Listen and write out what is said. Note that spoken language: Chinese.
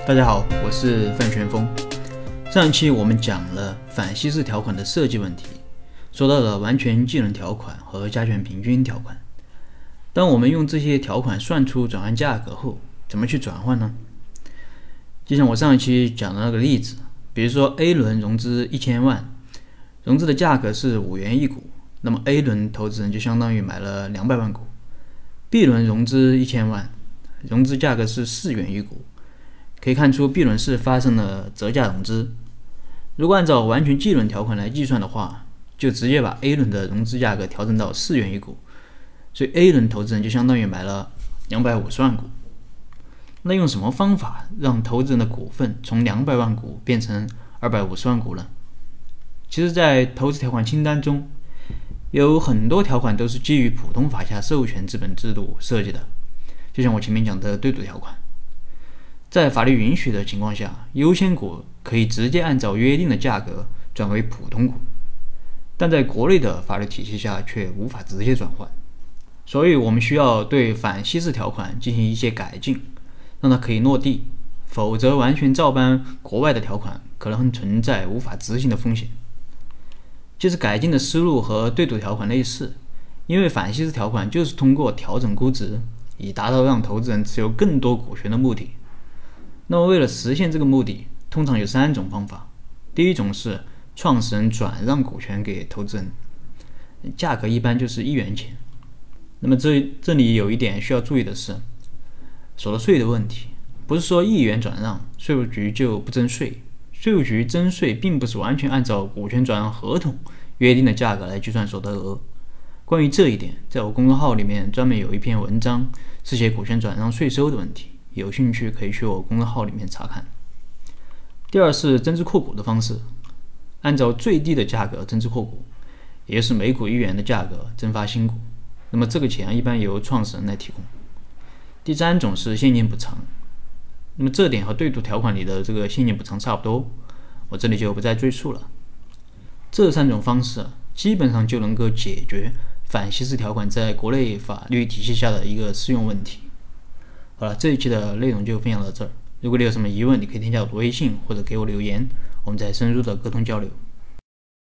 大家好，我是范旋风。上一期我们讲了反稀释条款的设计问题，说到了完全计论条款和加权平均条款。当我们用这些条款算出转换价格后，怎么去转换呢？就像我上一期讲的那个例子，比如说 A 轮融资1000万，融资的价格是5元一股，那么 A 轮投资人就相当于买了200万股。B 轮融资1000万，融资价格是4元一股，可以看出 B 轮是发生了折价融资。如果按照完全计论条款来计算的话，就直接把 A 轮的融资价格调整到4元一股，所以 A 轮投资人就相当于买了250万股。那用什么方法让投资人的股份从200万股变成250万股呢？其实在投资条款清单中，有很多条款都是基于普通法下授权资本制度设计的，就像我前面讲的对赌条款。在法律允许的情况下，优先股可以直接按照约定的价格转为普通股，但在国内的法律体系下却无法直接转换，所以我们需要对反稀释条款进行一些改进，让它可以落地，否则完全照搬国外的条款可能存在无法执行的风险。其实改进的思路和对赌条款类似，因为反稀释条款就是通过调整估值，以达到让投资人持有更多股权的目的。那么为了实现这个目的，通常有3种方法。第一种是创始人转让股权给投资人，价格一般就是1元钱。那么这里有一点需要注意的是，所得税的问题，不是说1元转让，税务局就不征税。税务局征税并不是完全按照股权转让合同约定的价格来计算所得额。关于这一点，在我公众号里面专门有一篇文章是写股权转让税收的问题，有兴趣可以去我公众号里面查看。第二是增资扩股的方式，按照最低的价格增资扩股，也就是每股1元的价格增发新股，那么这个钱一般由创始人来提供。第3种是现金补偿，那么这点和对赌条款里的这个现金补偿差不多，我这里就不再赘述了。这3种方式基本上就能够解决反稀释条款在国内法律体系下的一个适用问题。好了，这一期的内容就分享到这儿。如果你有什么疑问，你可以添加我的微信或者给我留言，我们再深入的沟通交流。